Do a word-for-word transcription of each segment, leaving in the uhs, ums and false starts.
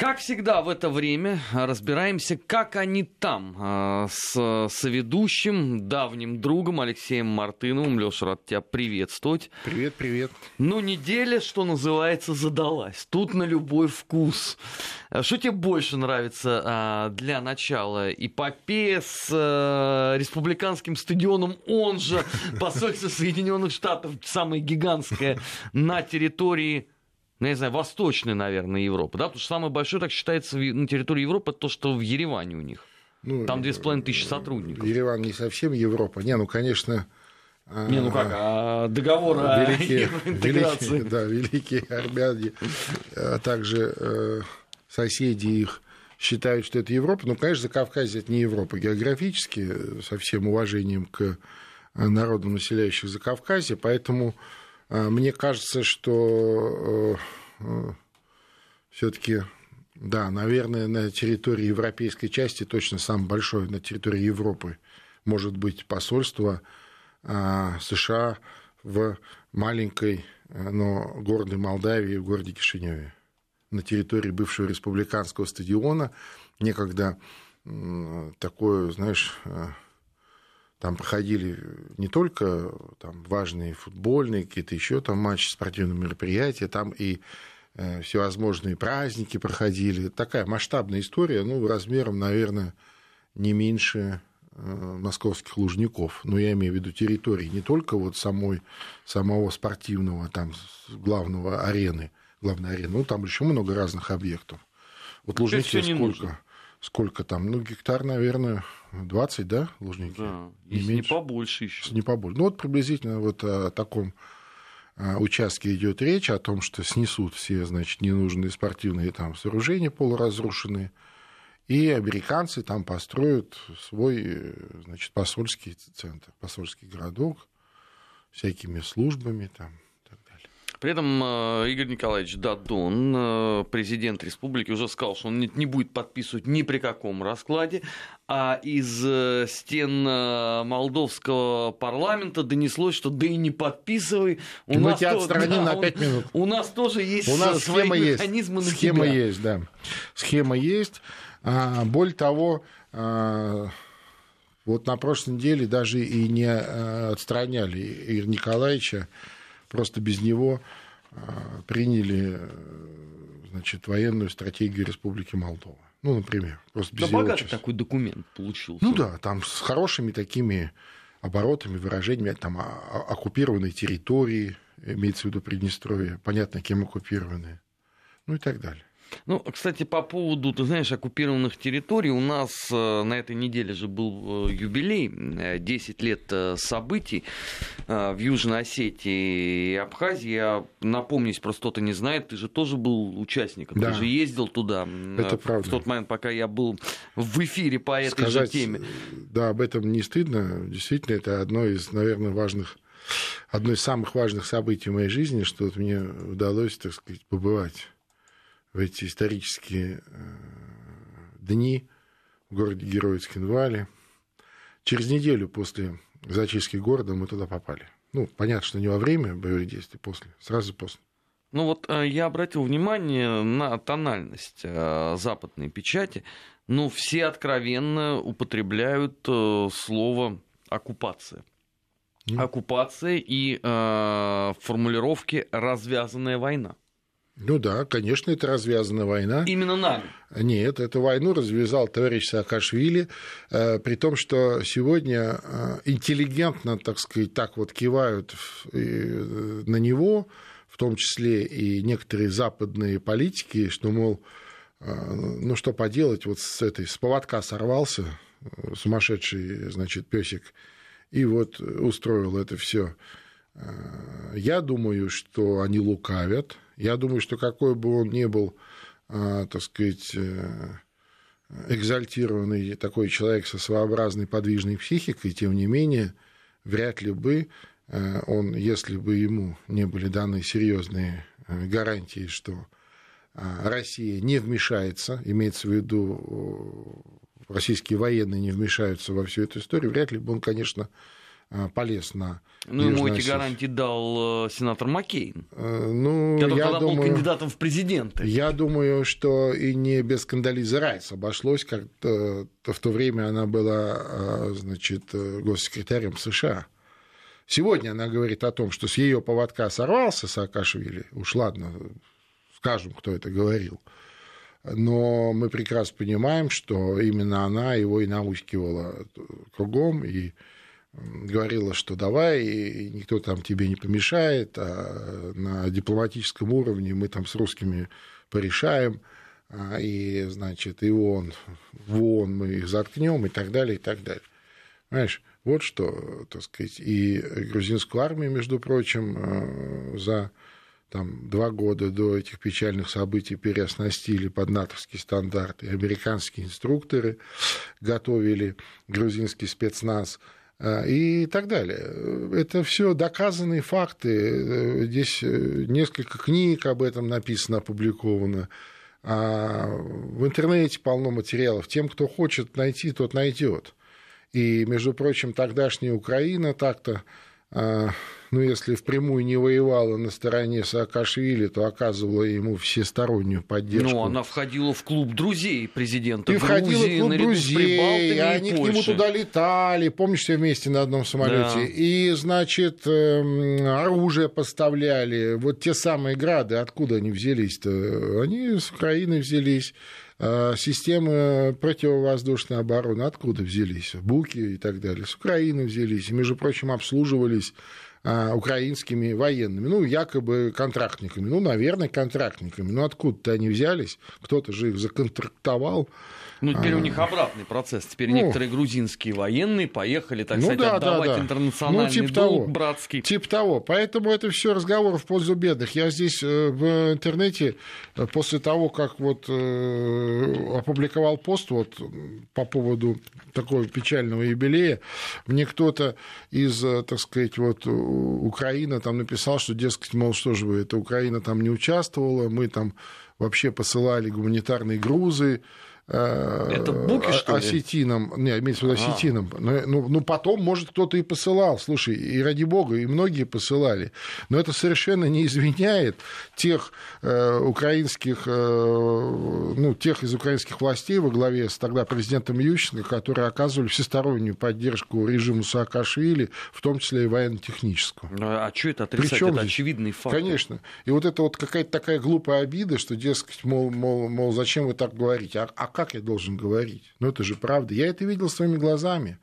Как всегда в это время разбираемся, как они там, с соведущим, давним другом Алексеем Мартыновым. Леша, рад тебя приветствовать. Привет, привет. Ну, неделя, что называется, задалась. Тут на любой вкус. Что тебе больше нравится для начала? Эпопея с республиканским стадионом, он же посольство Соединенных Штатов, самое гигантское на территории... ну, я не знаю, восточной, наверное, Европы, да, потому что самое большое, так считается, на территории Европы, это то, что в Ереване у них. Ну, там две с половиной тысячи сотрудников. Ереван не совсем Европа. Не, ну, конечно... Не, ну как, а договор о интеграции. Да, великие армяне, а также соседи их считают, что это Европа. Ну, конечно, Закавказье — это не Европа географически, со всем уважением к народам, населяющим Закавказье, поэтому... Мне кажется, что все-таки, да, наверное, на территории европейской части, точно самое большое на территории Европы, может быть посольство США в маленькой, но гордой Молдавии, в городе Кишиневе, на территории бывшего республиканского стадиона. Некогда такое, знаешь... Там проходили не только там, важные футбольные, какие-то еще там матчи, спортивные мероприятия, там и э, всевозможные праздники проходили. Такая масштабная история, ну, размером, наверное, не меньше э, московских Лужников. Но я имею в виду территории, не только вот самой, самого спортивного, там, главного арены, главной арены, ну, там еще много разных объектов. Вот Лужники сколько? Сколько там? Ну, гектар, наверное, двадцать, да, Лужники? Да, если не побольше еще. Не побольше. Ну, вот приблизительно вот о таком участке идет речь, о том, что снесут все, значит, ненужные спортивные там сооружения полуразрушенные, и американцы там построят свой, значит, посольский центр, посольский городок, всякими службами там. При этом Игорь Николаевич Дадон, президент республики, уже сказал, что он не будет подписывать ни при каком раскладе, а из стен молдовского парламента донеслось, что да и не подписывай. У Мы нас тебя то, отстраним да, на пять минут. У нас тоже есть у нас свои схема механизмы есть. на Схема тебя. есть, да. Схема есть. А, более того, а, вот на прошлой неделе даже и не отстраняли Игоря Николаевича. Просто без него приняли, значит, военную стратегию Республики Молдова. Ну, например. Просто без да его богатый участия. такой документ получился. Ну да, там с хорошими такими оборотами, выражениями, там оккупированные территории, имеется в виду Приднестровье, понятно, кем оккупированные, ну и так далее. Ну, кстати, по поводу, ты знаешь, оккупированных территорий, у нас на этой неделе же был юбилей, десять лет событий в Южной Осетии и Абхазии. Я напомню, если просто кто-то не знает, ты же тоже был участником, да. Ты же ездил туда. Это правда. В тот момент, пока я был в эфире по этой Сказать, же теме. Да, об этом не стыдно. Действительно, это одно из, наверное, важных, одно из самых важных событий в моей жизни, что вот мне удалось, так сказать, побывать в эти исторические дни в городе Герои Цхинвале. Через неделю после зачистки города мы туда попали. Ну, понятно, что не во время боевых действий, после, сразу после. Ну вот я обратил внимание на тональность западной печати. Ну, все откровенно употребляют слово «оккупация». Mm. Оккупация и э, формулировки «развязанная война». Ну да, конечно, это развязанная война. Именно нами? Нет, эту войну развязал товарищ Саакашвили, э, при том, что сегодня э, интеллигентно, так сказать, так вот кивают э, на него, в том числе и некоторые западные политики, что, мол, э, ну что поделать, вот с этой, с поводка сорвался э, сумасшедший, значит, песик, и вот устроил это все. Я думаю, что они лукавят. Я думаю, что какой бы он ни был, так сказать, экзальтированный такой человек со своеобразной подвижной психикой, тем не менее, вряд ли бы он, если бы ему не были даны серьезные гарантии, что Россия не вмешается, имеется в виду, российские военные не вмешаются во всю эту историю, вряд ли бы он, конечно, полез на Ну, ему эти Осетию. гарантии дал сенатор Маккейн, ну, который я тогда думаю, был кандидатом в президенты. Я думаю, что и не без Кондолизы Райс обошлось, как-то в то время она была, значит, госсекретарем США. Сегодня она говорит о том, что с ее поводка сорвался Саакашвили, уж ладно, скажем, кто это говорил, но мы прекрасно понимаем, что именно она его и наускивала кругом, и говорила, что давай, и никто там тебе не помешает, а на дипломатическом уровне мы там с русскими порешаем, и, значит, и ООН, в ООН мы их заткнем, и так далее, и так далее. Понимаешь, вот что, так сказать, и грузинскую армию, между прочим, за там, два года до этих печальных событий переоснастили под натовские стандарты, американские инструкторы готовили грузинский спецназ, и так далее. Это все доказанные факты. Здесь несколько книг об этом написано, опубликовано. В интернете полно материалов. Тем, кто хочет найти, тот найдет. И, между прочим, тогдашняя Украина так-то, ну, если впрямую не воевала на стороне Саакашвили, то оказывала ему всестороннюю поддержку. Ну, она входила в клуб друзей президента и Грузии, входила в клуб наряду друзей, с Прибалтами и они к нему туда летали, помнишь, все вместе на одном самолете, Да. и, значит, оружие поставляли, вот те самые грады, откуда они взялись-то? Они с Украины взялись. Системы противовоздушной обороны откуда взялись? Буки и так далее. С Украины взялись. И, между прочим, обслуживались украинскими военными, ну, якобы контрактниками. Ну, наверное, контрактниками. Но откуда-то они взялись? Кто-то же их законтрактовал. Ну, теперь у них обратный процесс. Теперь ну, некоторые грузинские военные поехали, так ну, сказать, да, отдавать да, да. интернациональный ну, типа долг того, братский. Типа того. Поэтому это все разговоры в пользу бедных. Я здесь в интернете после того, как вот опубликовал пост вот по поводу такого печального юбилея, мне кто-то из, так сказать, вот Украины там написал, что, дескать, мол, что же вы, это Украина там не участвовала, мы там вообще посылали гуманитарные грузы, это буки, что ли? осетинам, не, имеется в виду осетинам. Ну, ну, потом, может, кто-то и посылал. Слушай, и ради бога, и многие посылали. Но это совершенно не извиняет тех э, украинских, э, ну, тех из украинских властей во главе с тогда президентом Ющенко, которые оказывали всестороннюю поддержку режиму Саакашвили, в том числе и военно-техническую. А что это отрицать? Причем это здесь? Очевидный факт. Конечно. И вот это вот какая-то такая глупая обида, что, дескать, мол, мол, мол зачем вы так говорите? А, а как я должен говорить? Ну, это же правда. Я это видел своими глазами.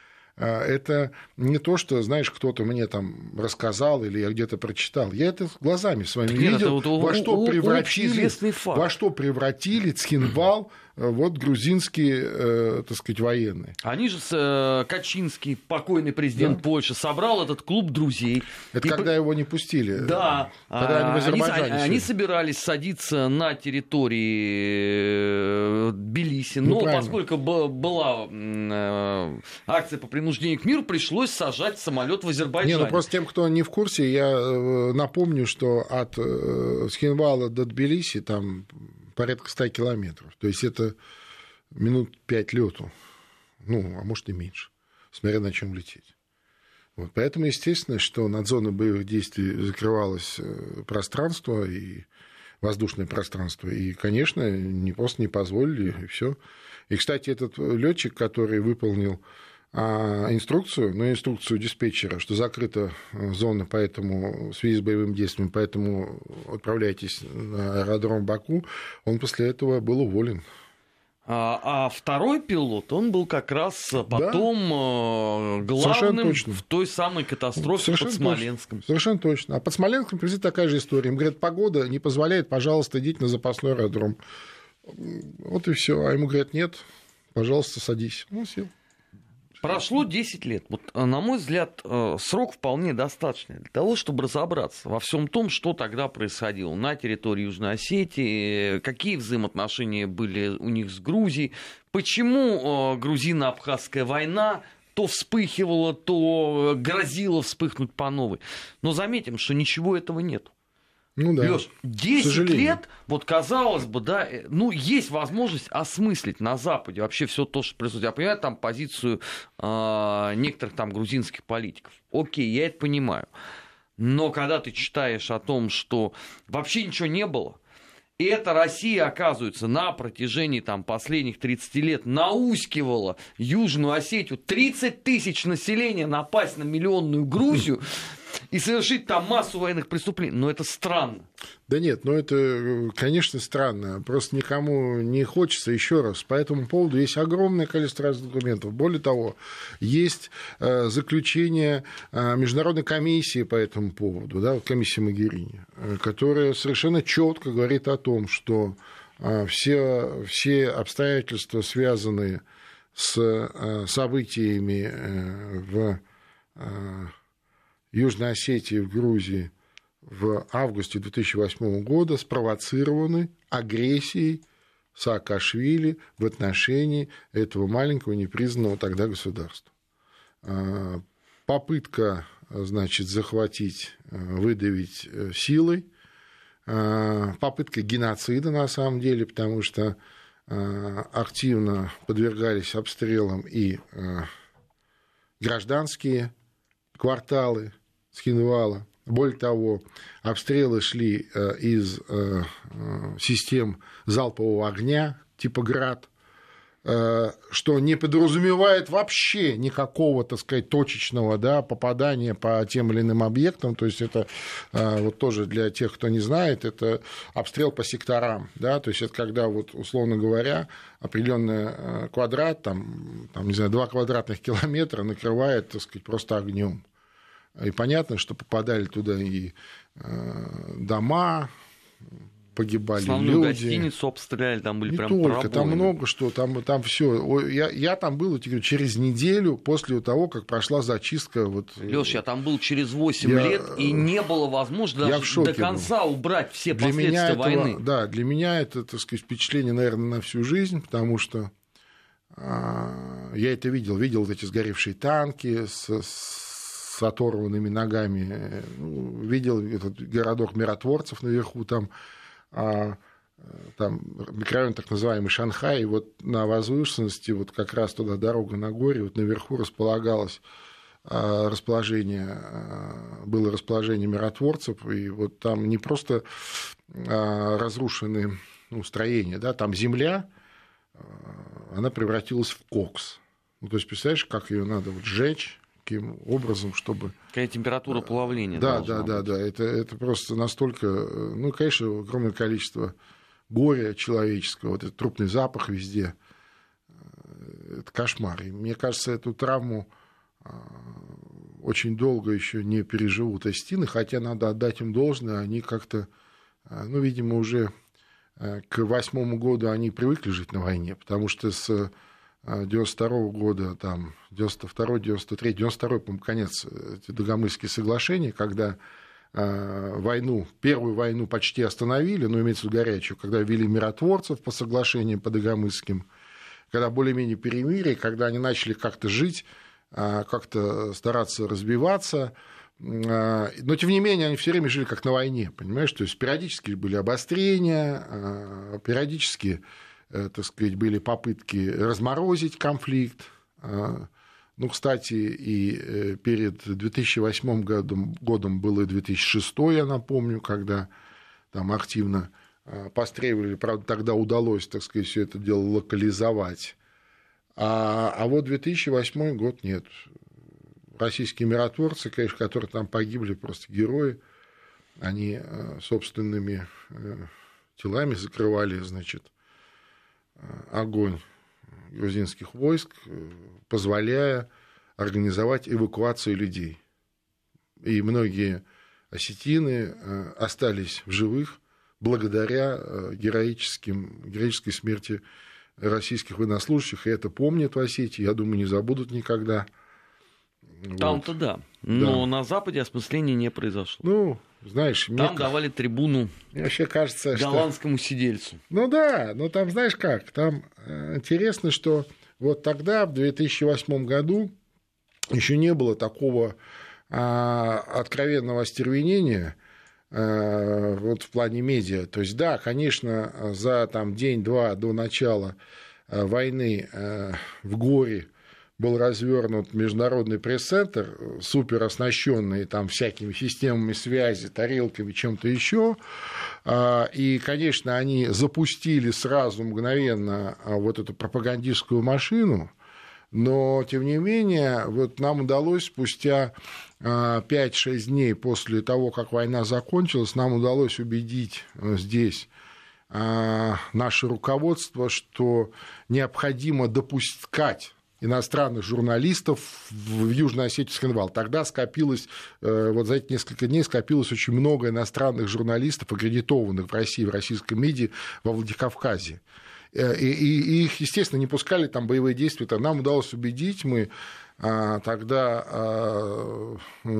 Это не то, что, знаешь, кто-то мне там рассказал или я где-то прочитал. Я это глазами своими Нет, видел, это вот во, что превратили, факт. во что превратили Цхинвал вот грузинские, так сказать, военные. Они же, Качинский, покойный президент да. Польши, собрал этот клуб друзей. Это и... когда его не пустили. Да. Когда они в Азербайджане они, они собирались садиться на территории Тбилиси, ну, но правильно. Поскольку была акция по принуждению к миру, пришлось сажать самолет в Азербайджане. Не, ну просто тем, кто не в курсе, я напомню, что от Цхинвала до Тбилиси там порядка ста километров. То есть это минут пять лету. Ну, а может и меньше, смотря на чем лететь. Вот. Поэтому, естественно, что над зоной боевых действий закрывалось пространство, и воздушное пространство. И, конечно, не просто не позволили, и все. И, кстати, этот летчик, который выполнил инструкцию, ну, инструкцию диспетчера, что закрыта зона, поэтому в связи с боевым действием, поэтому отправляйтесь на аэродром Баку, он после этого был уволен. А, а второй пилот, он был как раз потом да. главным в той самой катастрофе Совершенно под Смоленском. Точно. Совершенно точно. А под Смоленском приблизительно такая же история. Им говорят, погода не позволяет, пожалуйста, идите на запасной аэродром. Вот и все. А ему говорят, нет, пожалуйста, садись. Ну, сел. Прошло десять лет. Вот, на мой взгляд, срок вполне достаточный для того, чтобы разобраться во всем том, что тогда происходило на территории Южной Осетии, какие взаимоотношения были у них с Грузией, почему грузино-абхазская война то вспыхивала, то грозила вспыхнуть по новой. Но заметим, что ничего этого нет. Ну да. Лёш, десять лет, вот казалось бы, да, ну, есть возможность осмыслить на Западе вообще все то, что происходит. Я понимаю там позицию э, некоторых там грузинских политиков. Окей, я это понимаю. Но когда ты читаешь о том, что вообще ничего не было, и эта Россия, оказывается, на протяжении там, последних тридцати лет наускивала Южную Осетию, тридцать тысяч населения напасть на миллионную Грузию и совершить там массу военных преступлений. Но это странно. Да нет, ну это, конечно, странно. Просто никому не хочется. Еще раз, по этому поводу есть огромное количество разных документов. Более того, есть заключение международной комиссии по этому поводу, да, комиссии Могерини, которая совершенно четко говорит о том, что все, все обстоятельства, связанные с событиями в Южной Осетии, в Грузии в августе две тысячи восьмого года спровоцированы агрессией Саакашвили в отношении этого маленького непризнанного тогда государства. Попытка, значит, захватить, выдавить силой, попытка геноцида на самом деле, потому что активно подвергались обстрелам и гражданские кварталы Схинвала. Более того, обстрелы шли из систем залпового огня типа «Град», что не подразумевает вообще никакого, так сказать, точечного, да, попадания по тем или иным объектам. То есть это вот тоже для тех, кто не знает, это обстрел по секторам. Да? То есть это когда, вот, условно говоря, определенный квадрат, там, там, не знаю, два квадратных километра накрывает, так сказать, просто огнем. И понятно, что попадали туда и дома, погибали основную люди. Гостиницу обстреляли, там были не прям только, пробоины. там много что, там, там все. Я, я там был через неделю после того, как прошла зачистка. Вот... Лёш, я там был через восемь я... лет, и не было возможности даже до конца был. убрать все для последствия меня этого, войны. Да, для меня это, так сказать, впечатление, наверное, на всю жизнь, потому что а, я это видел. Видел вот эти сгоревшие танки с, с оторванными ногами. Видел этот городок миротворцев наверху там. А, там микрорайон так называемый Шанхай, и вот на возвышенности, вот как раз туда дорога на горе, вот наверху располагалось а, расположение, а, было расположение миротворцев, и вот там не просто а, разрушены ну, строения, да, там земля, а, она превратилась в кокс. Ну, то есть, представляешь, как ее надо вот сжечь, каким образом, чтобы... Какая температура плавления Да, да, да, да. Это, это просто настолько... Ну, конечно, огромное количество горя человеческого, вот этот трупный запах везде. Это кошмар. И мне кажется, эту травму очень долго еще не переживут осетины, хотя надо отдать им должное, они как-то, ну, видимо, уже к восьмому году они привыкли жить на войне, потому что с девяносто второго года, там, девяносто второй, девяносто третий, девяносто второй, по-моему, конец Дагомысские соглашения, когда э, войну, первую войну почти остановили, но имеется в виду горячую, когда ввели миротворцев по соглашениям по Дагомысским, когда более-менее перемирие, когда они начали как-то жить, э, как-то стараться разбиваться, э, но, тем не менее, они все время жили как на войне, понимаешь, то есть периодически были обострения, э, периодически... так сказать, были попытки разморозить конфликт. Ну, кстати, и перед две тысячи восьмым годом, годом было и две тысячи шестой, я напомню, когда там активно постреливали, правда, тогда удалось, так сказать, все это дело локализовать. А, а вот две тысячи восьмой год нет. Российские миротворцы, конечно, которые там погибли, просто герои, они собственными телами закрывали, значит, огонь грузинских войск, позволяя организовать эвакуацию людей. И многие осетины остались в живых благодаря героическим, героической смерти российских военнослужащих, и это помнят в Осетии, я думаю, не забудут никогда. Там-то вот. Да, но да. На Западе осмысления не произошло. Ну, знаешь, там мне... давали трибуну мне вообще кажется, голландскому что... сидельцу. Ну да, но там, знаешь как, там интересно, что вот тогда, в две тысячи восьмом году, еще не было такого а, откровенного остервенения вот в плане медиа. То есть, да, конечно, за там, день-два до начала войны в Горе был развернут международный пресс-центр, супер оснащенный там всякими системами связи, тарелками, чем-то еще. И, конечно, они запустили сразу мгновенно вот эту пропагандистскую машину, но, тем не менее, вот нам удалось спустя пять-шесть дней после того, как война закончилась, нам удалось убедить здесь наше руководство, что необходимо допускать иностранных журналистов в Южно-Осетинский вал. Тогда скопилось, вот за эти несколько дней скопилось очень много иностранных журналистов, аккредитованных в России, в российском МИДе во Владикавказе. И, и, и их, естественно, не пускали там боевые действия. Нам удалось убедить, мы а, тогда а,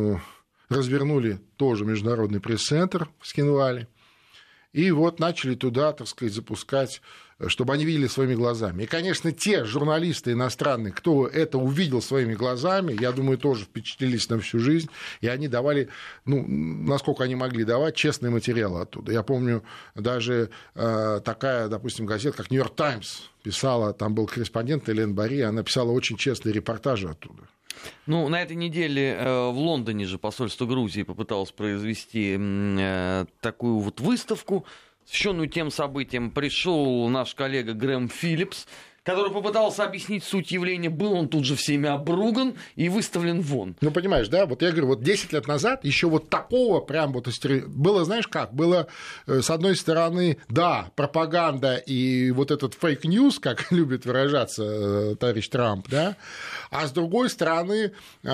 развернули тоже международный пресс-центр в Скинвале. И вот начали туда, так сказать, запускать, чтобы они видели своими глазами. И, конечно, те журналисты иностранные, кто это увидел своими глазами, я думаю, тоже впечатлились на всю жизнь, и они давали, ну, насколько они могли давать, честные материалы оттуда. Я помню, даже э, такая, допустим, газета, как «Нью-Йорк Таймс» писала, там был корреспондент Элен Барри, она писала очень честные репортажи оттуда. Ну, на этой неделе э, в Лондоне же посольство Грузии попыталось произвести э, такую вот выставку, посвященную тем событиям. Пришел наш коллега Грэм Филлипс, который попытался объяснить суть явления. Был он тут же всеми обруган и выставлен вон. Ну, понимаешь, да, вот я говорю, вот десять лет назад еще вот такого прям вот было, знаешь как, было, с одной стороны, да, пропаганда и вот этот фейк-ньюс, как любит выражаться товарищ Трамп, да, а с другой стороны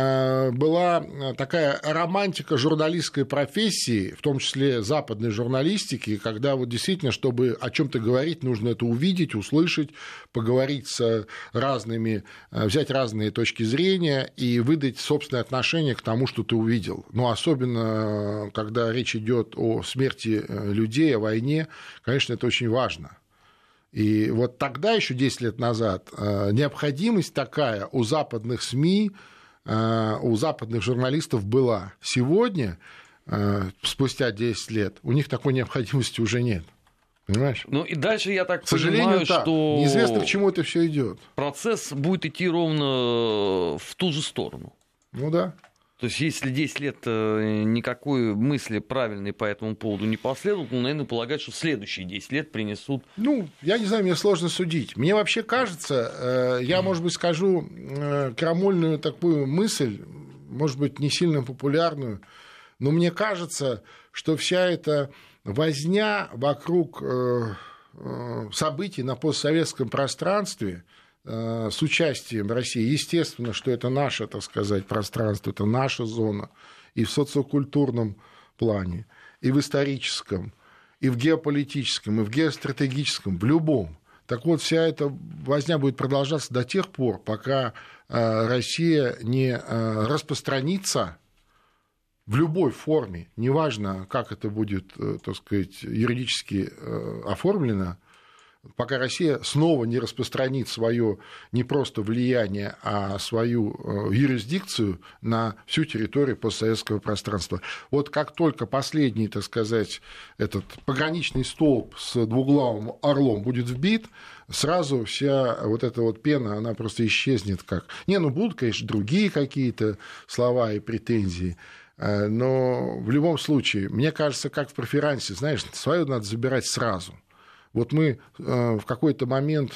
была такая романтика журналистской профессии, в том числе западной журналистики, когда вот действительно, чтобы о чем-то говорить, нужно это увидеть, услышать, поговорить с разными, взять разные точки зрения и выдать собственное отношение к тому, что ты увидел. Но особенно, когда речь идет о смерти людей, о войне, конечно, это очень важно. И вот тогда, еще десять лет назад, необходимость такая у западных СМИ, у западных журналистов была. Сегодня, спустя десять лет, у них такой необходимости уже нет. Понимаешь? Ну и дальше я так к сожалению, понимаю, так. что неизвестно, к чему это все идет. Процесс будет идти ровно в ту же сторону. Ну да. То есть, если десять лет никакой мысли правильной по этому поводу не последовало, ну, наверное, полагать, что следующие десять лет принесут... Ну, я не знаю, мне сложно судить. Мне вообще кажется, я, может быть, скажу крамольную такую мысль, может быть, не сильно популярную, но мне кажется, что вся эта возня вокруг событий на постсоветском пространстве с участием России, естественно, что это наше, так сказать, пространство, это наша зона и в социокультурном плане, и в историческом, и в геополитическом, и в геостратегическом, в любом. Так вот, вся эта возня будет продолжаться до тех пор, пока Россия не распространится в любой форме, неважно, как это будет, так сказать, юридически оформлено, пока Россия снова не распространит свое не просто влияние, а свою юрисдикцию на всю территорию постсоветского пространства. Вот как только последний, так сказать, этот пограничный столб с двуглавым орлом будет вбит, сразу вся вот эта вот пена, она просто исчезнет как... Не, ну будут, конечно, другие какие-то слова и претензии, но в любом случае, мне кажется, как в преферансе, знаешь, свое надо забирать сразу. Вот мы в какой-то момент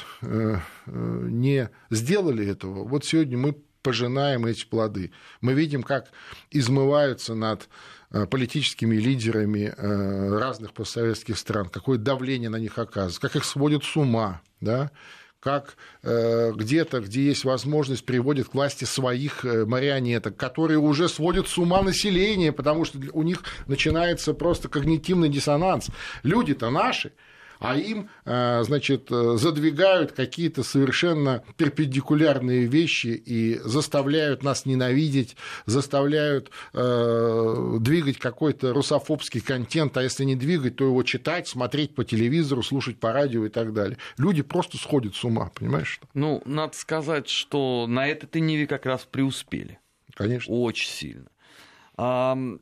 не сделали этого, вот сегодня мы пожинаем эти плоды. Мы видим, как измываются над политическими лидерами разных постсоветских стран, какое давление на них оказывается, как их сводят с ума, да? Как где-то, где есть возможность, приводят к власти своих марионеток, которые уже сводят с ума население, потому что у них начинается просто когнитивный диссонанс. Люди-то наши, а им, значит, задвигают какие-то совершенно перпендикулярные вещи и заставляют нас ненавидеть, заставляют э, двигать какой-то русофобский контент, а если не двигать, то его читать, смотреть по телевизору, слушать по радио и так далее. Люди просто сходят с ума, понимаешь? Ну, надо сказать, что на этой ниве как раз преуспели. Конечно. Очень сильно. А...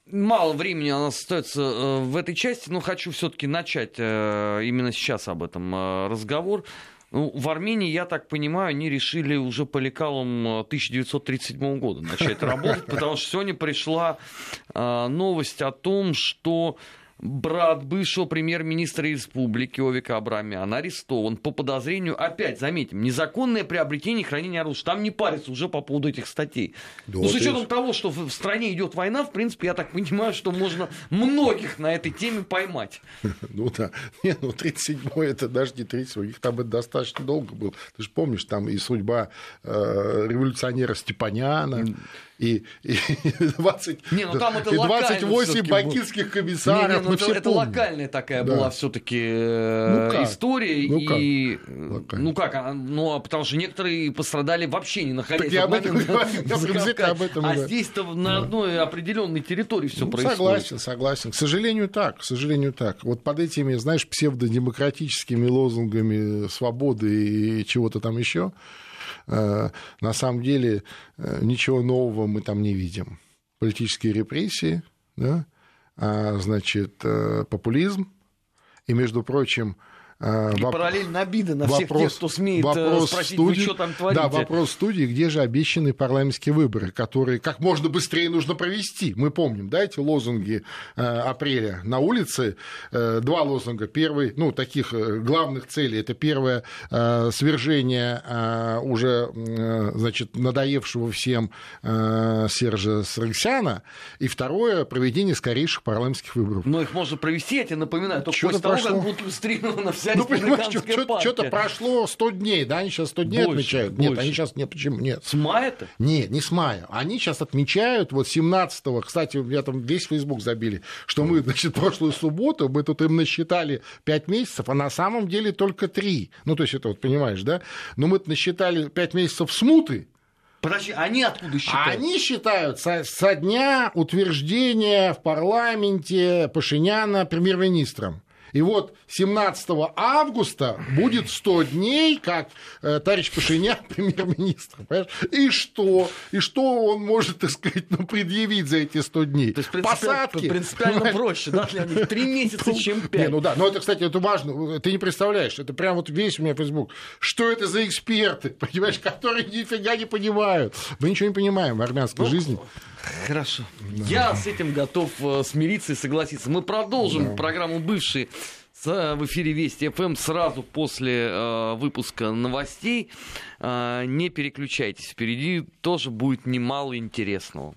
Мало времени у нас остается в этой части, но хочу все-таки начать именно сейчас об этом разговор. Ну, в Армении, я так понимаю, они решили уже по лекалам тысяча девятьсот тридцать седьмого года начать работать, потому что сегодня пришла новость о том, что брат бывшего премьер-министра республики Овика Абрамян арестован по подозрению, опять, заметим, незаконное приобретение и хранение оружия. Там не парятся уже по поводу этих статей. Да, ну, с учетом есть... того, что в стране идет война, в принципе, я так понимаю, что можно многих на этой теме поймать. Ну да. Не, ну тридцать седьмой это даже не тридцать седьмой, их там это достаточно долго было. Ты же помнишь, там и судьба э, революционера Степаняна, и, и, двадцать, не, ну там это и двадцать восемь бакинских комиссаров. Не, не, ну мы это, это локальная такая да. была все-таки ну история. Ну и, как? Ну как? Ну, потому что некоторые пострадали вообще не находясь в момент. А здесь-то на одной определенной территории все ну, происходит. Согласен, согласен. К сожалению, так. К сожалению, так. Вот под этими, знаешь, псевдодемократическими лозунгами свободы и чего-то там еще. На самом деле ничего нового мы там не видим. Политические репрессии, да? Значит, популизм и, между прочим, и воп... параллельно обиды на всех вопрос, тех, кто смеет спросить, студии, вы что там творите. Да, вопрос студии, где же обещанные парламентские выборы, которые как можно быстрее нужно провести. Мы помним, да, эти лозунги э, апреля на улице. Э, два лозунга. Первый, ну, таких э, главных целей. Это первое, э, свержение э, уже, э, значит, надоевшего всем э, Сержа Саргсяна. И второе, проведение скорейших парламентских выборов. Но их можно провести, я тебе напоминаю, только после того, как будут иллюстрированы все. Ну, понимаешь, что-то прошло сто дней, да, они сейчас сто дней больше, отмечают. Больше. Нет, они сейчас, нет, почему, нет. С мая-то? Нет, не с мая. Они сейчас отмечают, вот семнадцатого, кстати, у меня там весь Facebook забили, что мы, значит, прошлую субботу, мы тут им насчитали пять месяцев, а на самом деле только три. Ну, то есть это вот, понимаешь, да? Но мы насчитали пять месяцев смуты. Подожди, они откуда считают? Они считают со, со дня утверждения в парламенте Пашиняна премьер-министром. И вот семнадцатого августа будет сто дней, как э, товарищ Пашинян премьер-министр. Понимаешь? И что? И что он может, так сказать, ну, предъявить за эти сто дней? То есть посадки. Принципиально понимаешь? Проще, да, для них три месяца, чем пять. Не, ну да, но это, кстати, это важно. Ты не представляешь, это прям вот весь у меня Facebook. Что это за эксперты, понимаешь, которые нифига не понимают. Мы ничего не понимаем в армянской ну, жизни. Хорошо. Да. Я с этим готов смириться и согласиться. Мы продолжим да. программу «Бывшие» в эфире Вести ФМ сразу после э, выпуска новостей. Э, не переключайтесь. Впереди тоже будет немало интересного.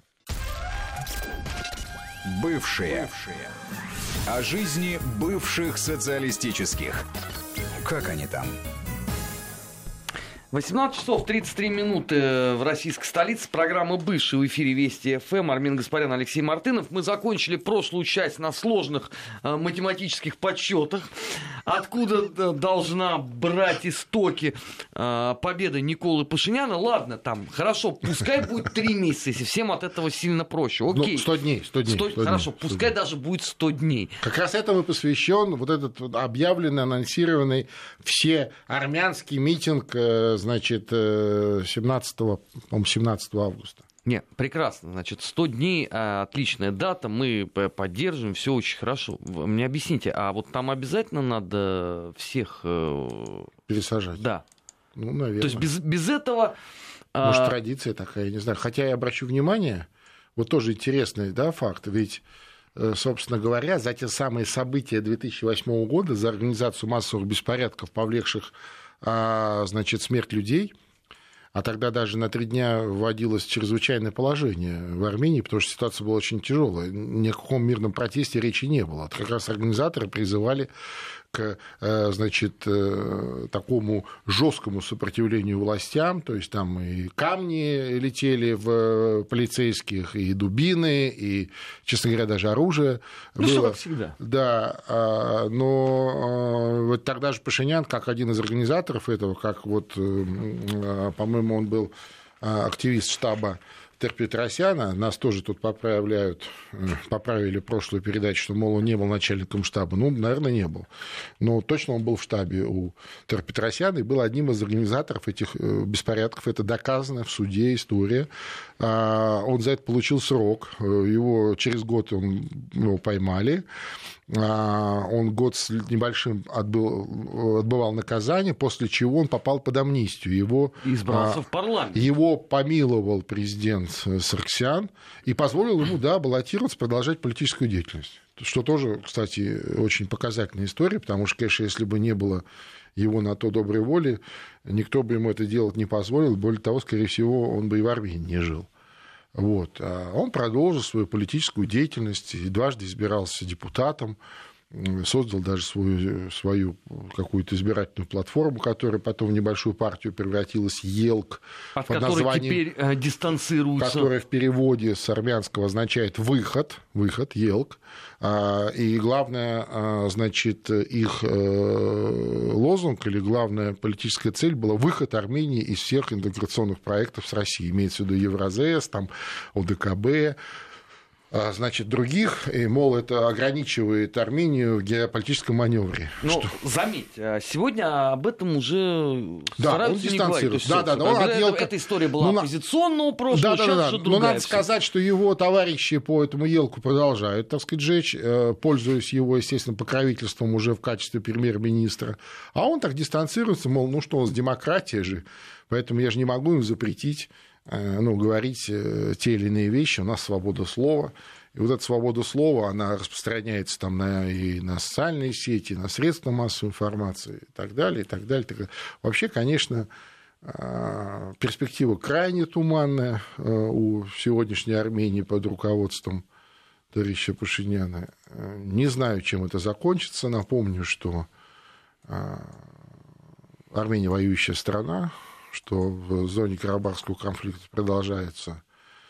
Бывшие. Бывшие. О жизни бывших социалистических. Как они там? восемнадцать часов тридцать три минуты в российской столице. Программа «Бывшие» в эфире Вести ФМ. Армен Гаспарян, Алексей Мартынов. Мы закончили прошлую часть на сложных э, математических подсчетах. Откуда э, должна брать истоки э, победа Николы Пашиняна? Ладно, там, хорошо, пускай будет три месяца, если всем от этого сильно проще. Окей. Ну, сто дней. сто дней, сто, сто, хорошо, дней, пускай даже будет сто дней. Как раз этому посвящен вот этот объявленный, анонсированный всеармянский митинг э, значит, семнадцатого, по-моему, семнадцатого августа. Не, прекрасно. Значит, сто дней, отличная дата, мы поддерживаем, все очень хорошо. Мне объясните, а вот там обязательно надо всех... Пересажать? Да. Ну, наверное. То есть без, без этого... Может, традиция такая, я не знаю. Хотя я обращу внимание, вот тоже интересный, да, факт, ведь, собственно говоря, за те самые события две тысячи восьмого года, за организацию массовых беспорядков, повлекших А, значит, смерть людей, а тогда даже на три дня вводилось чрезвычайное положение в Армении, потому что ситуация была очень тяжелая. Ни о каком мирном протесте речи не было. Как раз организаторы призывали к, значит, такому жесткому сопротивлению властям, то есть там и камни летели в полицейских, и дубины, и, честно говоря, даже оружие. Ну, было. Что как всегда. Да, но вот тогда же Пашинян, как один из организаторов этого, как вот, по-моему, он был активист штаба Терпетросяна, нас тоже тут поправляют, поправили прошлую передачу, что, мол, он не был начальником штаба. Ну, наверное, не был. Но точно он был в штабе у Терпетросяна и был одним из организаторов этих беспорядков. Это доказано в суде, история. Он за это получил срок. Его через год он, его поймали. Он год с небольшим отбыл, отбывал наказание, после чего он попал под амнистию. Его, избрался в парламент. Его помиловал президент Сарксян и позволил ему, да, баллотироваться, продолжать политическую деятельность. Что тоже, кстати, очень показательная история, потому что, конечно, если бы не было его на то доброй воли, никто бы ему это делать не позволил. Более того, скорее всего, он бы и в Армении не жил. Вот. А он продолжил свою политическую деятельность, и дважды избирался депутатом, создал даже свою, свою какую-то избирательную платформу, которая потом в небольшую партию превратилась, ЕЛК, от под которой названием, теперь э, дистанцируется. Которая в переводе с армянского означает «выход», выход, ЕЛК. И главное, значит, их лозунг или главная политическая цель была выход Армении из всех интеграционных проектов с Россией. Имеется в виду Евразес, там, ОДКБ, значит, других, и, мол, это ограничивает Армению в геополитическом маневре. Но, что... заметь, сегодня об этом уже да, стараются он не говорить. Да, да, да, он отдел... Эта история была ну, оппозиционного прошлого, да, сейчас да, же да. другая. Но надо сказать, что его товарищи по этому елку продолжают, так сказать, жечь, пользуясь его, естественно, покровительством уже в качестве премьер-министра. А он так дистанцируется, мол, ну что, он с демократией же, поэтому я же не могу им запретить, ну, говорить те или иные вещи, у нас свобода слова. И вот эта свобода слова, она распространяется там на, и на социальные сети, и на средства массовой информации, и так далее, и так далее. Вообще, конечно, перспектива крайне туманная у сегодняшней Армении под руководством товарища Пашиняна. Не знаю, чем это закончится. Напомню, что Армения воюющая страна, что в зоне Карабахского конфликта продолжается,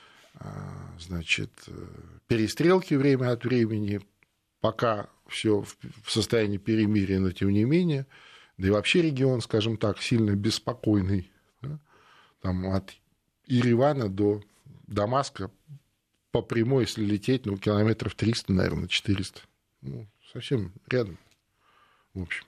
значит, перестрелки время от времени, пока все в состоянии перемирия, но тем не менее, да и вообще регион, скажем так, сильно беспокойный, да? Там от Еревана до Дамаска по прямой, если лететь, ну, километров триста, наверное, четыреста, ну, совсем рядом, в общем.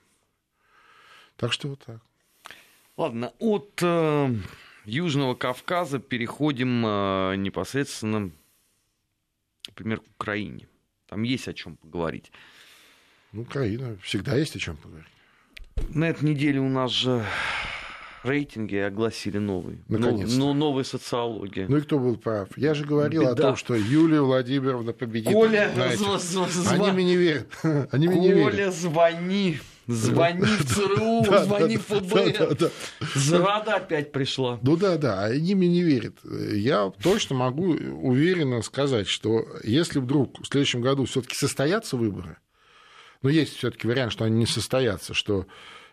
Так что вот так. Ладно, от э, Южного Кавказа переходим э, непосредственно, например, к Украине. Там есть о чем поговорить. Ну, Украина, всегда есть о чем поговорить. На этой неделе у нас же рейтинги огласили новые. Наконец-то. Ну, новая социология. Ну и кто был прав? Я же говорил Беда. о том, что Юлия Владимировна победит. Коля, на этих... зв- зв- Они мне не верят. Они мне не верят. Коля, звони. Звони в ЦРУ, Да, звони да, в ФБР. да, да, да. Зрада опять пришла. Ну да, да, они мне не верят. Я точно могу уверенно сказать, что если вдруг в следующем году все-таки состоятся выборы, но есть все-таки вариант, что они не состоятся, что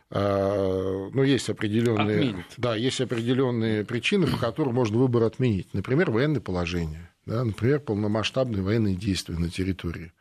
ну, есть определенные, Отменят. да, есть определенные причины, по которым можно выборы отменить. Например, военное положение, да, например, полномасштабные военные действия на территории.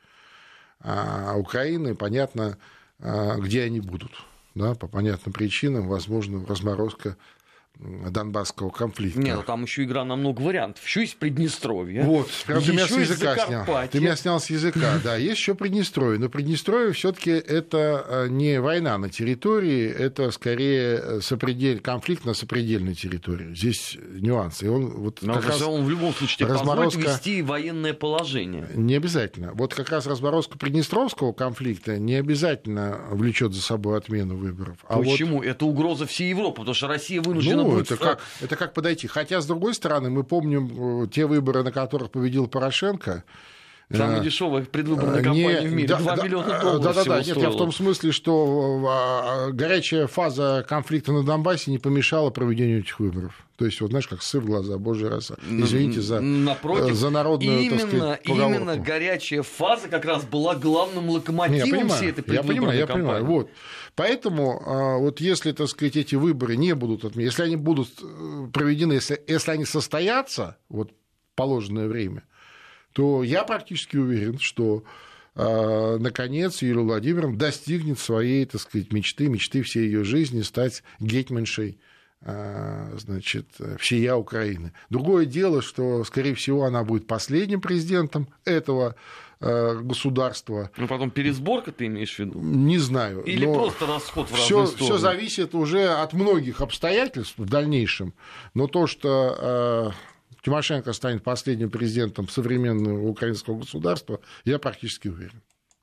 А Украины, понятно, где они будут. Да, по понятным причинам, возможно, разморозка Донбасского конфликта. Нет, ну там еще игра на много вариантов. Еще есть Приднестровье. Вот, прям ты меня с языка Закарпатье. снял. Ты меня снял с языка, да. Есть еще Приднестровье. Но Приднестровье все-таки это не война на территории, это скорее сопредель... конфликт на сопредельной территории. Здесь нюансы. И он, вот, Но как раз он в любом случае разморозка... позволит ввести военное положение. Не обязательно. Вот как раз разморозка Приднестровского конфликта не обязательно влечет за собой отмену выборов. А Почему? Вот... Это угроза всей Европы, потому что Россия вынуждена Ну, будет... это как, это как подойти. Хотя, с другой стороны, мы помним те выборы, на которых победил Порошенко. Самая дешевая предвыборная не, кампания в мире. Да, два да, миллиона долларов Да, да, да. всего Нет, я в том смысле, что горячая фаза конфликта на Донбассе не помешала проведению этих выборов. То есть, вот знаешь, как сыр в глаза, божья роса. Извините за, Напротив, за народную, именно, так сказать, поговорку. Именно горячая фаза как раз была главным локомотивом Не, я понимаю, всей этой я предвыборной понимаю, я кампании. понимаю. Вот. Поэтому, вот если, так сказать, эти выборы не будут отменены, если они будут проведены, если, если они состоятся вот, в положенное время, то я практически уверен, что наконец Юлия Владимировна достигнет своей, так сказать, мечты, мечты всей ее жизни стать гетьманшей значит, всея Украины. Другое дело, что, скорее всего, она будет последним президентом этого государства. Ну, потом пересборка, ты имеешь в виду? Не знаю. Или просто расход в разные всё, стороны? Все зависит уже от многих обстоятельств в дальнейшем. Но то, что э, Тимошенко станет последним президентом современного украинского государства, я практически уверен.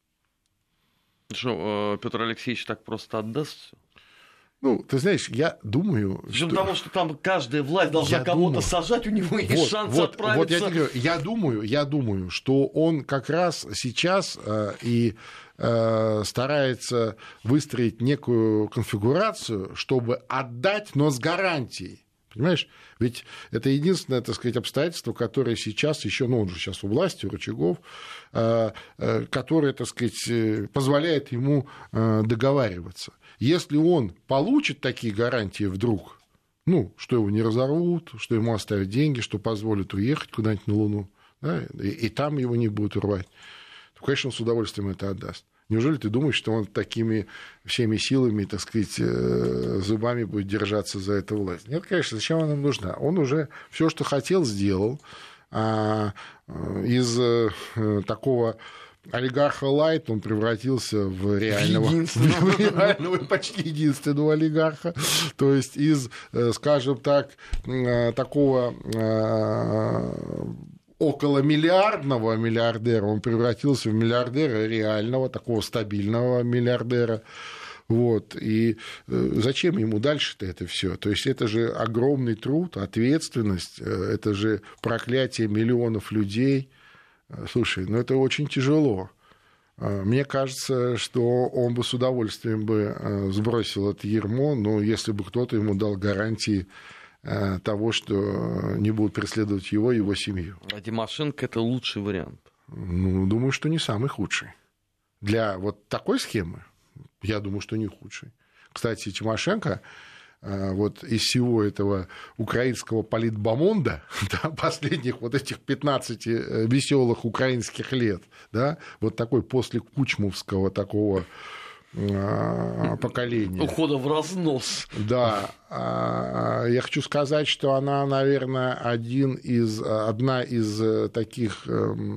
Что, Петр Алексеевич так просто отдаст все? Ну, ты знаешь, я думаю... Причем что... потому, что там каждая власть должна я кого-то думаю... сажать, у него есть вот, шанс вот, отправиться... Вот я тебе говорю, я думаю, я думаю, что он как раз сейчас э, и э, старается выстроить некую конфигурацию, чтобы отдать, но с гарантией. Понимаешь? Ведь это единственное, так сказать, обстоятельство, которое сейчас еще, ну, он же сейчас у власти, у рычагов, которое, так сказать, позволяет ему договариваться. Если он получит такие гарантии вдруг, ну, что его не разорвут, что ему оставят деньги, что позволят уехать куда-нибудь на Луну, да, и, и там его не будут рвать, то, конечно, он с удовольствием это отдаст. Неужели ты думаешь, что он такими всеми силами, так сказать, зубами будет держаться за эту власть? Нет, конечно, зачем она нам нужна? Он уже все, что хотел, сделал. А из такого олигарха лайт он превратился в реального, в реального почти единственного олигарха. То есть из, скажем так, такого... около миллиардного миллиардера он превратился в миллиардера реального, такого стабильного миллиардера. Вот. И зачем ему дальше-то это все? То есть это же огромный труд, ответственность, это же проклятие миллионов людей. Слушай, ну это очень тяжело. Мне кажется, что он бы с удовольствием бы сбросил это ярмо, но если бы кто-то ему дал гарантии того, что не будут преследовать его и его семью. А Тимошенко – это лучший вариант? Ну, думаю, что не самый худший. Для вот такой схемы, я думаю, что не худший. Кстати, Тимошенко вот из всего этого украинского политбомонда, да, последних вот этих пятнадцати веселых украинских лет, да, вот такой после кучмовского такого поколения. Ухода в разнос. Да. Я хочу сказать, что она, наверное, один из, одна из таких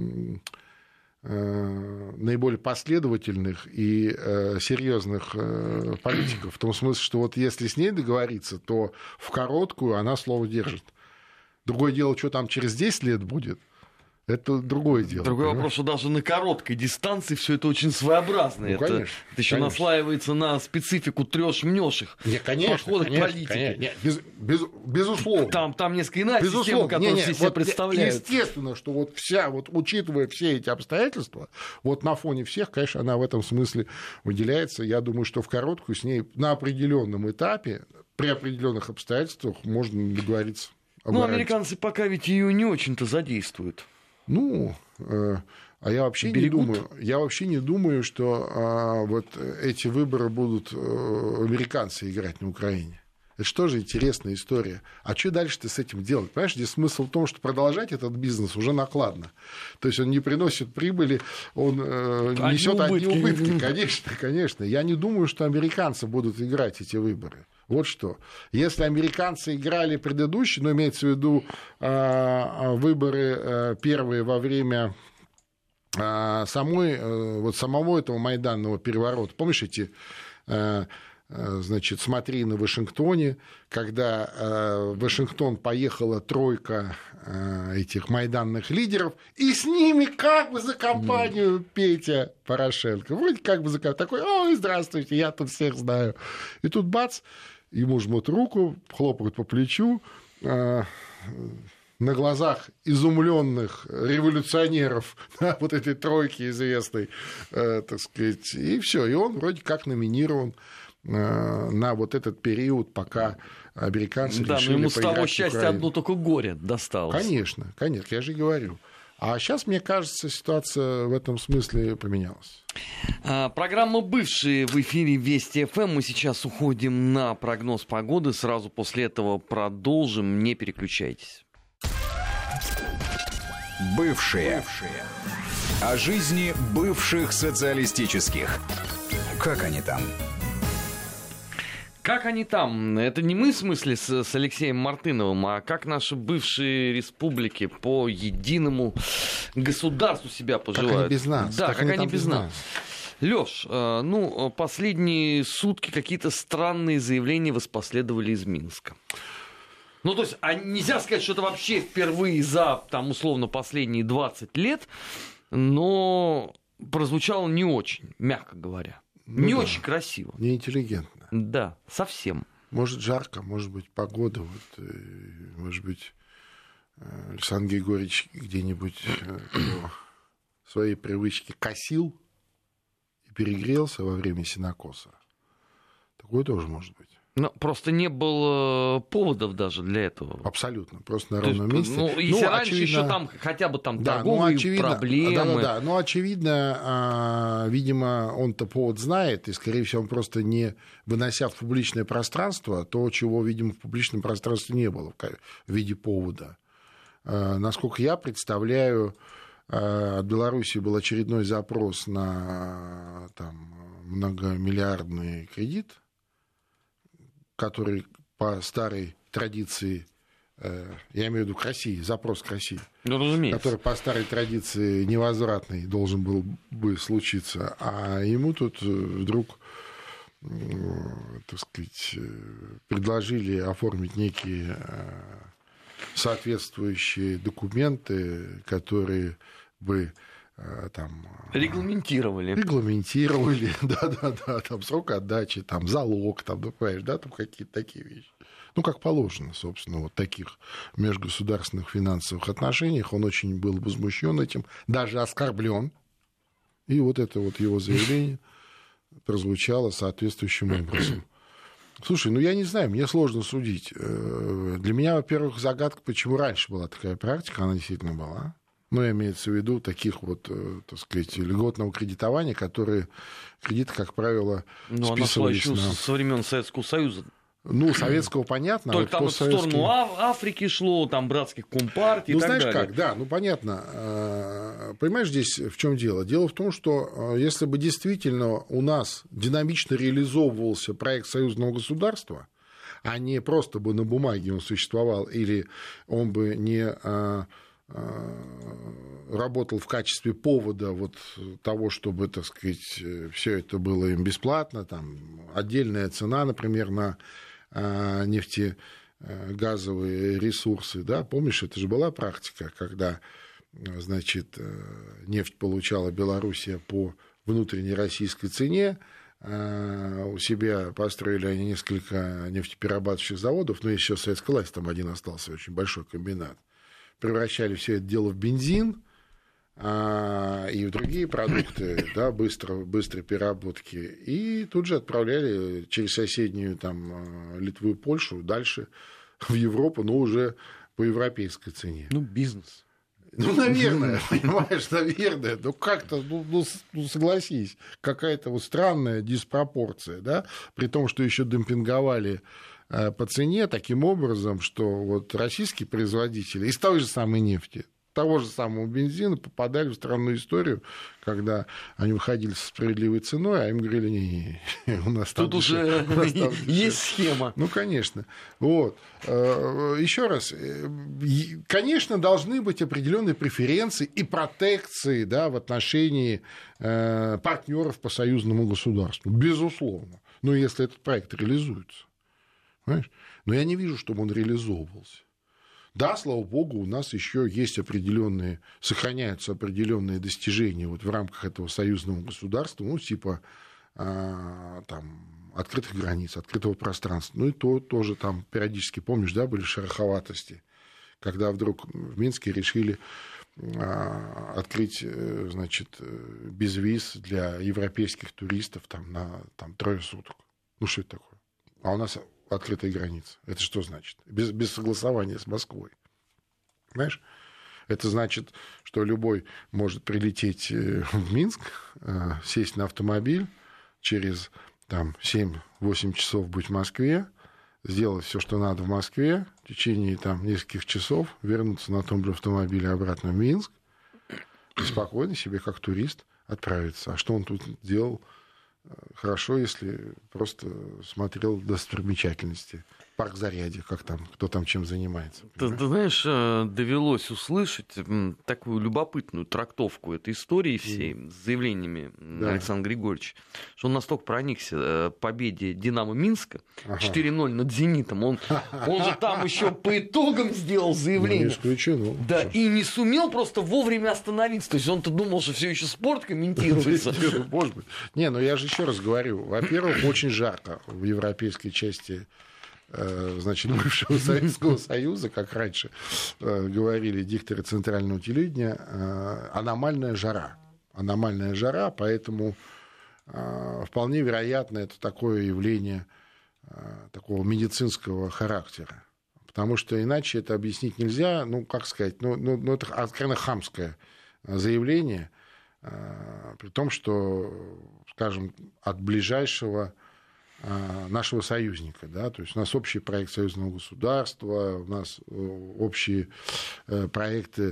наиболее последовательных и серьезных политиков. В том смысле, что вот если с ней договориться, то в короткую она слово держит. Другое дело, что там через десять лет будет. Это другое дело. Другой понимаешь? Вопрос, что даже на короткой дистанции все это очень своеобразно. Ну, это, конечно, это еще конечно. наслаивается на специфику трёшь-мнёших подходов к политике. Конечно, нет, без, без, безусловно. Там, там несколько иная безусловно. система, которую не, не, все вот себе представляют. Естественно, что вот вся, вот, учитывая все эти обстоятельства, вот на фоне всех, конечно, она в этом смысле выделяется. Я думаю, что в короткую с ней на определенном этапе, при определенных обстоятельствах можно договориться. Ну, американцы пока ведь ее не очень-то задействуют. Ну, э, а я вообще Берегут. не думаю, я вообще не думаю, что э, вот эти выборы будут э, американцы играть на Украине. Это что же интересная история. А что дальше-то с этим делать? Понимаешь, здесь смысл в том, что продолжать этот бизнес уже накладно. То есть он не приносит прибыли, он э, несет одни убытки. Конечно, конечно. Я не думаю, что американцы будут играть эти выборы. Вот что. Если американцы играли предыдущие, ну, имеется в виду э, выборы э, первые во время э, самой, э, вот самого этого майданного переворота, помнишь эти, э, э, значит, смотри на Вашингтоне, когда э, в Вашингтон поехала тройка э, этих майданных лидеров, и с ними как бы за компанию Петя Порошенко. Вроде как бы за компанию. Такой, ой, здравствуйте, я тут всех знаю. И тут бац, ему жмут руку, хлопают по плечу, э, на глазах изумленных революционеров, да, вот этой тройки известной, э, так сказать, и все, и он вроде как номинирован э, на вот этот период, пока американцы да, решили поиграть в Украину. Да, но ему с того счастья одно только горе досталось. Конечно, конечно, я же говорю. А сейчас, мне кажется, ситуация в этом смысле поменялась. Программа «Бывшие» в эфире Вести ФМ. Мы сейчас уходим на прогноз погоды. Сразу после этого продолжим. Не переключайтесь. Бывшие. Бывшие. О жизни бывших социалистических. Как они там? Как они там? Это не мы, в смысле, с, с Алексеем Мартыновым, а как наши бывшие республики по единому государству себя поживают? Как они без нас? Да, как, как они, они без нас? нас? Лёш, э, ну, последние сутки какие-то странные заявления воспоследовали из Минска. Ну, то есть, а нельзя сказать, что это вообще впервые за, там, условно, последние двадцать лет, но прозвучало не очень, мягко говоря. Ну, не да. очень красиво. Неинтеллигентно. Да, совсем. Может, жарко, может быть, погода. Вот, может быть, Александр Григорьевич где-нибудь по своей привычке косил и перегрелся во время сенокоса. Такое тоже может быть. Но просто не было поводов даже для этого. Абсолютно, просто на ровном месте. Ну, если ну, раньше очевидно... еще там хотя бы там да, торговые ну, очевидно, проблемы. Да, да, да. Но очевидно, видимо, он-то повод знает, и, скорее всего, он просто не вынося в публичное пространство то, чего, видимо, в публичном пространстве не было в виде повода. Насколько я представляю, от Беларуси был очередной запрос на там, многомиллиардный кредит, который по старой традиции, э, я имею в виду к России, запрос к России, ну, разумеется. Который по старой традиции невозвратный должен был бы случиться, а ему тут вдруг, э, так сказать, предложили оформить некие э, соответствующие документы, которые бы там... Регламентировали. Регламентировали, да-да-да, там срок отдачи, там залог, там, ну, понимаешь, да, там какие-то такие вещи. Ну, как положено, собственно, вот таких межгосударственных финансовых отношениях. Он очень был возмущен этим, даже оскорблен. И вот это вот его заявление прозвучало соответствующим образом. Слушай, ну я не знаю, мне сложно судить. Для меня, во-первых, загадка, почему раньше была такая практика, она действительно была. Ну, имеется в виду таких вот, так сказать, льготного кредитования, которые кредиты, как правило, ну, списывались она шла на... еще со времен Советского Союза. Ну, советского понятно. Только а вот там в сторону Африки шло, там братских компартий ну, и так знаешь далее. как, да, ну, понятно. Понимаешь, здесь в чем дело? Дело в том, что если бы действительно у нас динамично реализовывался проект союзного государства, а не просто бы на бумаге он существовал, или он бы не... работал в качестве повода вот того, чтобы, так сказать, все это было им бесплатно, там отдельная цена, например, на нефтегазовые ресурсы, да, помнишь, это же была практика, когда, значит, нефть получала Белоруссия по внутренней российской цене, у себя построили они несколько нефтеперерабатывающих заводов, но еще советская власть, там один остался, очень большой комбинат, превращали все это дело в бензин а, и в другие продукты, да, быстро, быстрой переработки, и тут же отправляли через соседнюю там, Литву и Польшу дальше в Европу, но уже по европейской цене. Ну, бизнес. Ну, наверное, понимаешь, наверное, ну как-то, ну, ну, ну согласись, какая-то вот странная диспропорция, да, при том, что еще демпинговали по цене таким образом, что вот российские производители из той же самой нефти, того же самого бензина попадали в странную историю, когда они выходили со справедливой ценой, а им говорили, не, не, у нас тут уже есть схема. Ну, конечно. Вот. Еще раз, конечно, должны быть определенные преференции и протекции, да, в отношении партнеров по союзному государству, безусловно. Но если этот проект реализуется. Понимаешь? Но я не вижу, чтобы он реализовывался. Да, слава богу, у нас еще есть определенные, сохраняются определенные достижения вот в рамках этого союзного государства, ну, типа а, там, открытых границ, открытого пространства. Ну, и то тоже там периодически, помнишь, да, были шероховатости, когда вдруг в Минске решили а, открыть, значит, безвиз для европейских туристов там, на там, трое суток. Ну, что это такое? А у нас открытые границы. Это что значит? Без, без согласования с Москвой. Понимаешь? Это значит, что любой может прилететь в Минск, сесть на автомобиль, через там, семь-восемь часов быть в Москве, сделать все, что надо в Москве, в течение там, нескольких часов вернуться на том же автомобиле обратно в Минск и спокойно себе, как турист, отправиться. А что он тут делал хорошо, если просто смотрел достопримечательности. Парк Зарядье, как там, кто там чем занимается. Ты, ты знаешь, довелось услышать такую любопытную трактовку этой истории всей mm. с заявлениями да. Александра Григорьевича, что он настолько проникся победе «Динамо» Минска ага. четыре ноль над «Зенитом». Он, он же там еще по итогам сделал заявление. Не исключено. Да, и не сумел просто вовремя остановиться. То есть он-то думал, что все еще спорт комментируется. Может быть. Не, ну я же еще раз говорю. Во-первых, очень жарко в европейской части, значит, бывшего Советского Союза, как раньше говорили дикторы центрального телевидения, аномальная жара. Аномальная жара, поэтому вполне вероятно, это такое явление такого медицинского характера. Потому что иначе это объяснить нельзя. Ну, как сказать, ну, ну, ну это откровенно хамское заявление, при том, что, скажем, от ближайшего нашего союзника, да, то есть у нас общий проект союзного государства, у нас общие проекты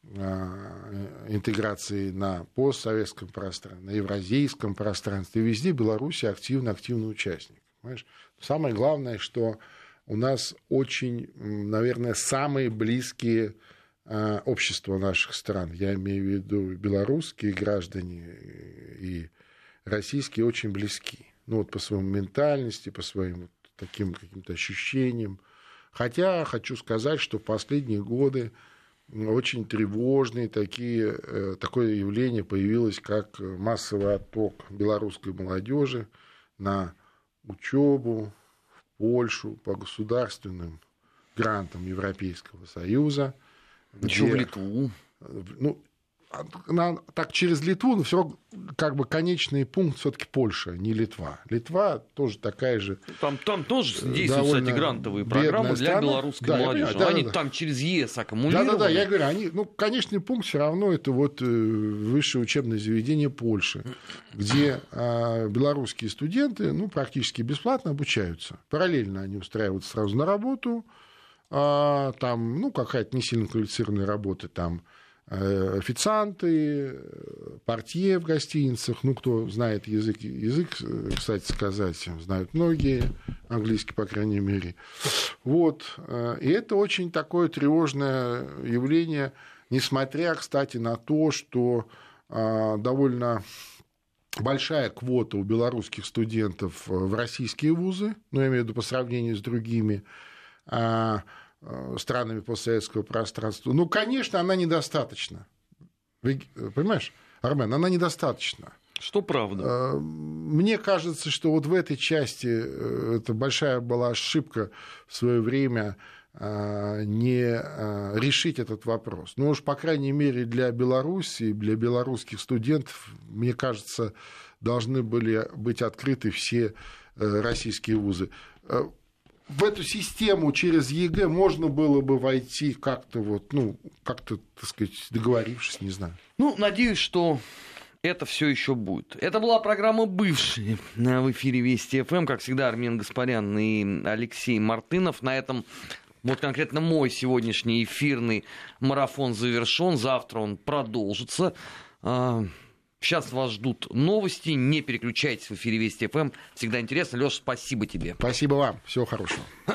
интеграции на постсоветском пространстве, на евразийском пространстве, и везде Беларусь активно-активный участник. Понимаешь? Самое главное, что у нас очень, наверное, самые близкие общества наших стран, я имею в виду белорусские граждане и российские, очень близки. Ну, вот по своей ментальности, по своим вот таким каким-то ощущениям. Хотя хочу сказать, что в последние годы очень тревожные такие, такое явление появилось, как массовый отток белорусской молодежи на учебу в Польшу по государственным грантам Европейского Союза. Еще в Литву. Ну, на, так через Литву, но все равно как бы конечный пункт все-таки Польша, не Литва. Литва тоже такая же. Там, там тоже действуют, кстати, грантовые программы для белорусской да, молодежи. Да, они да, там да. через ЕС аккумулированы. Да, да, да, я говорю, они, ну, конечный пункт все равно это вот высшее учебное заведение Польши, где а, белорусские студенты ну, практически бесплатно обучаются. Параллельно они устраиваются сразу на работу, а, там, ну, какая-то не сильно квалифицированная работа, там, официанты, портье в гостиницах, ну, кто знает язык, язык, кстати сказать, знают многие, английский, по крайней мере. Вот. И это очень такое тревожное явление, несмотря, кстати, на то, что довольно большая квота у белорусских студентов в российские вузы, ну, я имею в виду по сравнению с другими странами постсоветского пространства. Ну, конечно, она недостаточна. Понимаешь, Армен, она недостаточна. Что правда? Мне кажется, что вот в этой части это большая была ошибка в свое время не решить этот вопрос. Ну уж, по крайней мере, для Беларуси, для белорусских студентов, мне кажется, должны были быть открыты все российские вузы. В эту систему через ЕГЭ можно было бы войти как-то вот, ну, как-то, так сказать, договорившись, не знаю. Ну, надеюсь, что это все еще будет. Это была программа «Бывшие» в эфире Вести ФМ. Как всегда, Армен Гаспарян и Алексей Мартынов. На этом вот конкретно мой сегодняшний эфирный марафон завершен. Завтра он продолжится. Сейчас вас ждут новости. Не переключайтесь, в эфире Вести ФМ. Всегда интересно. Лёш, спасибо тебе. Спасибо вам. Всего хорошего.